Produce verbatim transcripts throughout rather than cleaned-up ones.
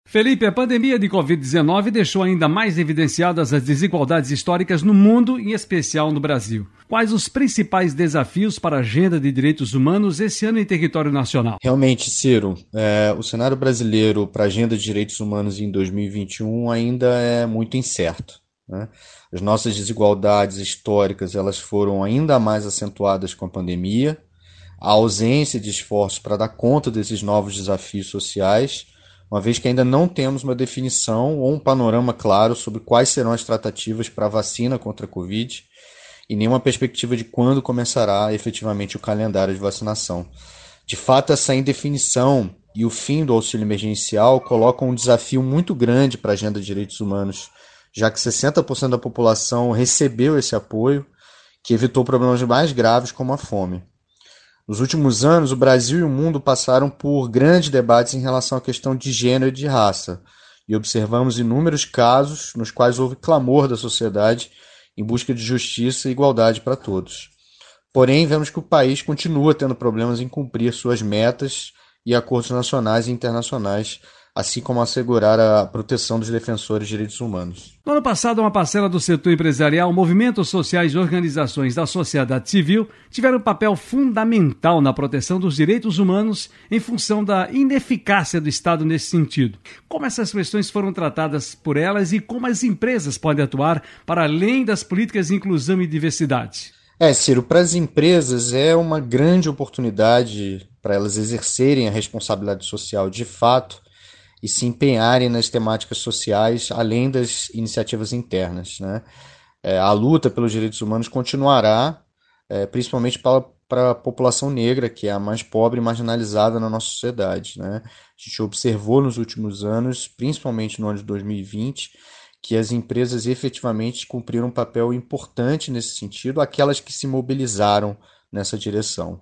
Felipe, a pandemia de covid dezenove deixou ainda mais evidenciadas as desigualdades históricas no mundo, em especial no Brasil. Quais os principais desafios para a agenda de direitos humanos esse ano em território nacional? Realmente, Ciro, é, o cenário brasileiro para a agenda de direitos humanos em dois mil e vinte e um ainda é muito incerto, né? As nossas desigualdades históricas elas foram ainda mais acentuadas com a pandemia, a ausência de esforços para dar conta desses novos desafios sociais, uma vez que ainda não temos uma definição ou um panorama claro sobre quais serão as tratativas para a vacina contra a Covid e nenhuma perspectiva de quando começará efetivamente o calendário de vacinação. De fato, essa indefinição e o fim do auxílio emergencial colocam um desafio muito grande para a agenda de direitos humanos, já que sessenta por cento da população recebeu esse apoio, que evitou problemas mais graves como a fome. Nos últimos anos, o Brasil e o mundo passaram por grandes debates em relação à questão de gênero e de raça, e observamos inúmeros casos nos quais houve clamor da sociedade em busca de justiça e igualdade para todos. Porém, vemos que o país continua tendo problemas em cumprir suas metas e acordos nacionais e internacionais, assim como assegurar a proteção dos defensores de direitos humanos. No ano passado, uma parcela do setor empresarial, movimentos sociais e organizações da sociedade civil tiveram um papel fundamental na proteção dos direitos humanos em função da ineficácia do Estado nesse sentido. Como essas questões foram tratadas por elas e como as empresas podem atuar para além das políticas de inclusão e diversidade? É, Ciro, para as empresas é uma grande oportunidade para elas exercerem a responsabilidade social de fato e se empenharem nas temáticas sociais, além das iniciativas internas, né? É, a luta pelos direitos humanos continuará, é, principalmente para, para a população negra, que é a mais pobre e marginalizada na nossa sociedade, né? A gente observou nos últimos anos, principalmente no ano de dois mil e vinte, que as empresas efetivamente cumpriram um papel importante nesse sentido, aquelas que se mobilizaram nessa direção.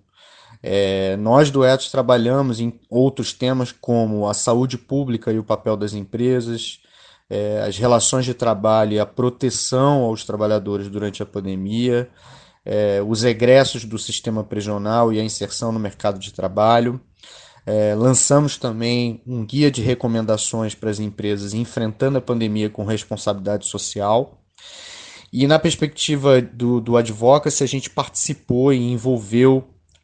É, nós do Ethos trabalhamos em outros temas como a saúde pública e o papel das empresas, é, as relações de trabalho e a proteção aos trabalhadores durante a pandemia, é, os egressos do sistema prisional e a inserção no mercado de trabalho. É, lançamos também um guia de recomendações para as empresas enfrentando a pandemia com responsabilidade social. E na perspectiva do, do Advocacy, a gente participou e envolveu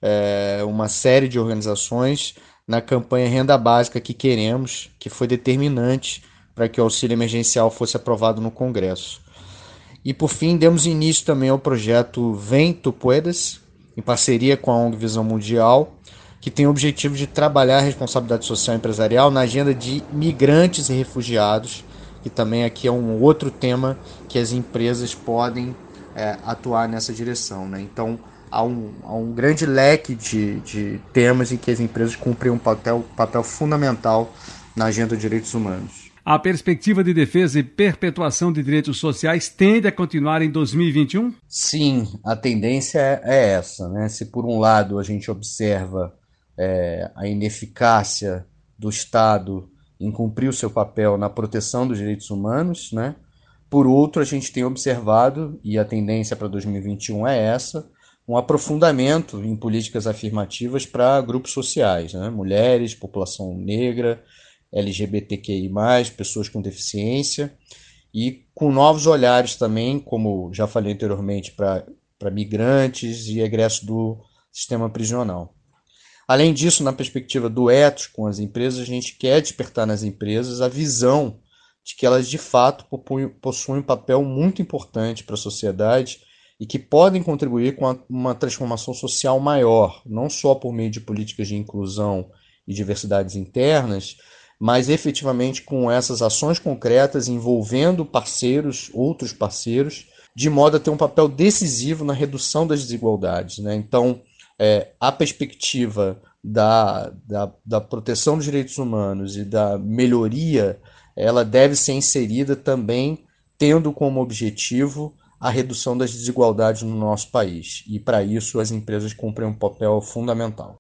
é, uma série de organizações na campanha Renda Básica que Queremos, que foi determinante para que o auxílio emergencial fosse aprovado no Congresso. E por fim, demos início também ao projeto Vem Tu Puedes, em parceria com a O N G Visão Mundial, que tem o objetivo de trabalhar a responsabilidade social empresarial na agenda de migrantes e refugiados, que também aqui é um outro tema que as empresas podem é, atuar nessa direção, né? Então, há um, há um grande leque de, de temas em que as empresas cumprem um papel, papel fundamental na agenda de direitos humanos. A perspectiva de defesa e perpetuação de direitos sociais tende a continuar em dois mil e vinte e um? Sim, a tendência é, é essa, né? Se por um lado a gente observa é, a ineficácia do Estado em cumprir o seu papel na proteção dos direitos humanos, né? Por outro, a gente tem observado, e a tendência para dois mil e vinte e um é essa, um aprofundamento em políticas afirmativas para grupos sociais, né? Mulheres, população negra, L G B T Q I mais, pessoas com deficiência, e com novos olhares também, como já falei anteriormente, para migrantes e egressos do sistema prisional. Além disso, na perspectiva do ethos com as empresas, a gente quer despertar nas empresas a visão de que elas de fato possuem um papel muito importante para a sociedade e que podem contribuir com uma transformação social maior, não só por meio de políticas de inclusão e diversidades internas, mas efetivamente com essas ações concretas envolvendo parceiros, outros parceiros, de modo a ter um papel decisivo na redução das desigualdades, né? Então, é, a perspectiva da, da, da proteção dos direitos humanos e da melhoria, ela deve ser inserida também tendo como objetivo a redução das desigualdades no nosso país. E para isso as empresas cumprem um papel fundamental.